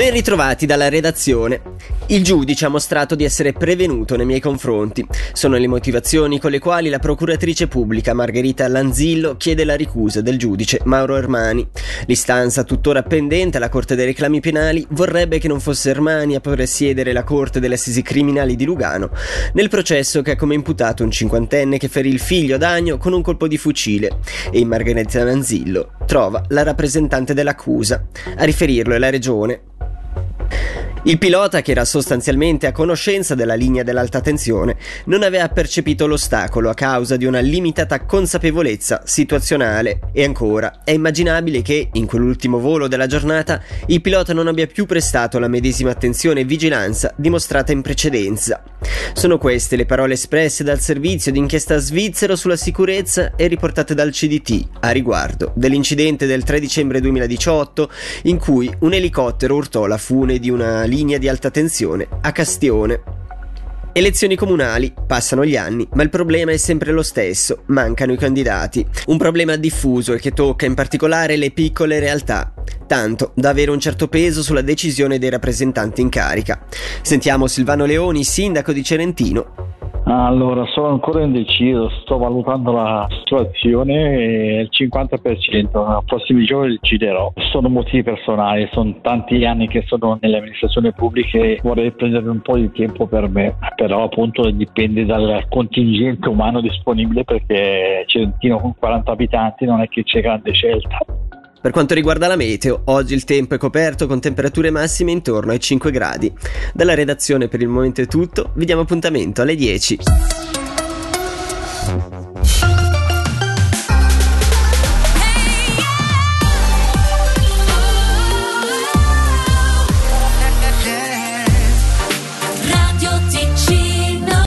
Ben ritrovati dalla redazione. Il giudice ha mostrato di essere prevenuto nei miei confronti. Sono le motivazioni con le quali la procuratrice pubblica Margherita Lanzillo chiede la ricusa del giudice Mauro Ermani. L'istanza, tuttora pendente alla Corte dei Reclami Penali, vorrebbe che non fosse Ermani a presiedere la Corte delle Assisi Criminali di Lugano nel processo che ha come imputato un cinquantenne che ferì il figlio d'Agno con un colpo di fucile, e in Margherita Lanzillo trova la rappresentante dell'accusa. A riferirlo è la Regione. Il pilota, che era sostanzialmente a conoscenza della linea dell'alta tensione, non aveva percepito l'ostacolo a causa di una limitata consapevolezza situazionale. E ancora, è immaginabile che, in quell'ultimo volo della giornata, il pilota non abbia più prestato la medesima attenzione e vigilanza dimostrata in precedenza. Sono queste le parole espresse dal servizio d'inchiesta svizzero sulla sicurezza e riportate dal CDT a riguardo dell'incidente del 3 dicembre 2018 in cui un elicottero urtò la fune di una linea di alta tensione a Castione. Elezioni comunali, passano gli anni, ma il problema è sempre lo stesso: mancano i candidati. Un problema diffuso e che tocca in particolare le piccole realtà, tanto da avere un certo peso sulla decisione dei rappresentanti in carica. Sentiamo Silvano Leoni, sindaco di Cerentino. Allora, sono ancora indeciso, sto valutando la situazione e il 50%, nei prossimi giorni deciderò. Sono motivi personali, sono tanti anni che sono nelle amministrazioni pubbliche e vorrei prendere un po' di tempo per me, però appunto dipende dal contingente umano disponibile, perché Cerentino con 40 abitanti non è che c'è grande scelta. Per quanto riguarda la meteo, oggi il tempo è coperto con temperature massime intorno ai 5 gradi. Dalla redazione per il momento è tutto, vi diamo appuntamento alle 10.